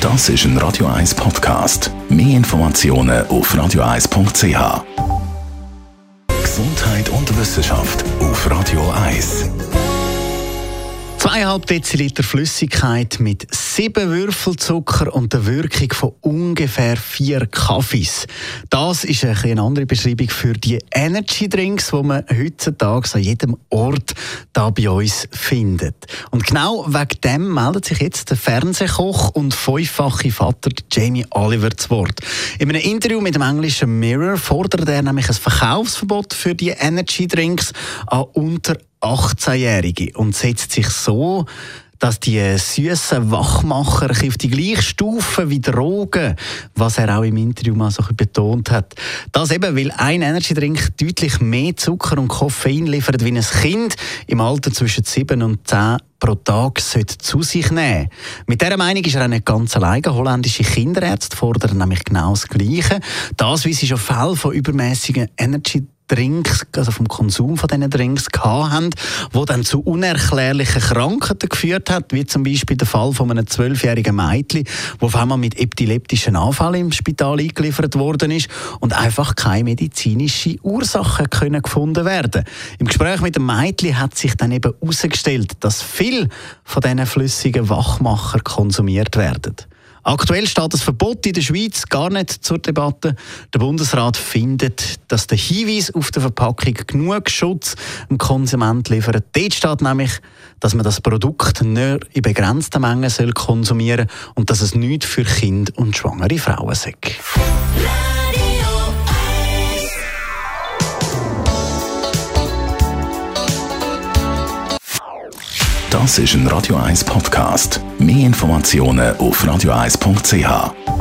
Das ist ein Radio 1 Podcast. Mehr Informationen auf radio1.ch. Gesundheit und Wissenschaft auf Radio 1. 2,5 Deziliter Flüssigkeit mit 7 Würfelzucker und der Wirkung von ungefähr 4 Kaffees. Das ist eine andere Beschreibung für die Energy Drinks, die man heutzutage an jedem Ort da bei uns findet. Und genau wegen dem meldet sich jetzt der Fernsehkoch und 5-fache Vater Jamie Oliver zu Wort. In einem Interview mit dem englischen Mirror fordert er nämlich ein Verkaufsverbot für die Energy Drinks an unter 18-Jährige und setzt sich so, dass die süßen Wachmacher auf die gleiche Stufe wie Drogen, was er auch im Interview mal so betont hat. Das eben, weil ein Energy-Drink deutlich mehr Zucker und Koffein liefert, wie ein Kind im Alter zwischen 7 und 10 pro Tag sollte zu sich nehmen. Mit dieser Meinung ist er auch nicht ganz alleine. Holländische Kinderärzte fordern nämlich genau das Gleiche. Das, wie sie schon Fälle von übermäßigen Energy-Drinks, also vom Konsum von diesen Drinks gehabt haben, die dann zu unerklärlichen Krankheiten geführt hat, wie zum Beispiel der Fall von einem 12-jährigen Mädchen, das auf einmal mit epileptischen Anfällen im Spital eingeliefert worden ist und einfach keine medizinische Ursachen können gefunden werden. Im Gespräch mit dem Mädchen hat sich dann eben herausgestellt, dass viele von diesen flüssigen Wachmacher konsumiert werden. Aktuell steht das Verbot in der Schweiz gar nicht zur Debatte. Der Bundesrat findet, dass der Hinweis auf der Verpackung genug Schutz dem Konsument liefert. Dort steht nämlich, dass man das Produkt nur in begrenzter Menge konsumieren soll und dass es nichts für Kinder und schwangere Frauen ist. Das ist ein Radio 1 Podcast. Mehr Informationen auf radio1.ch.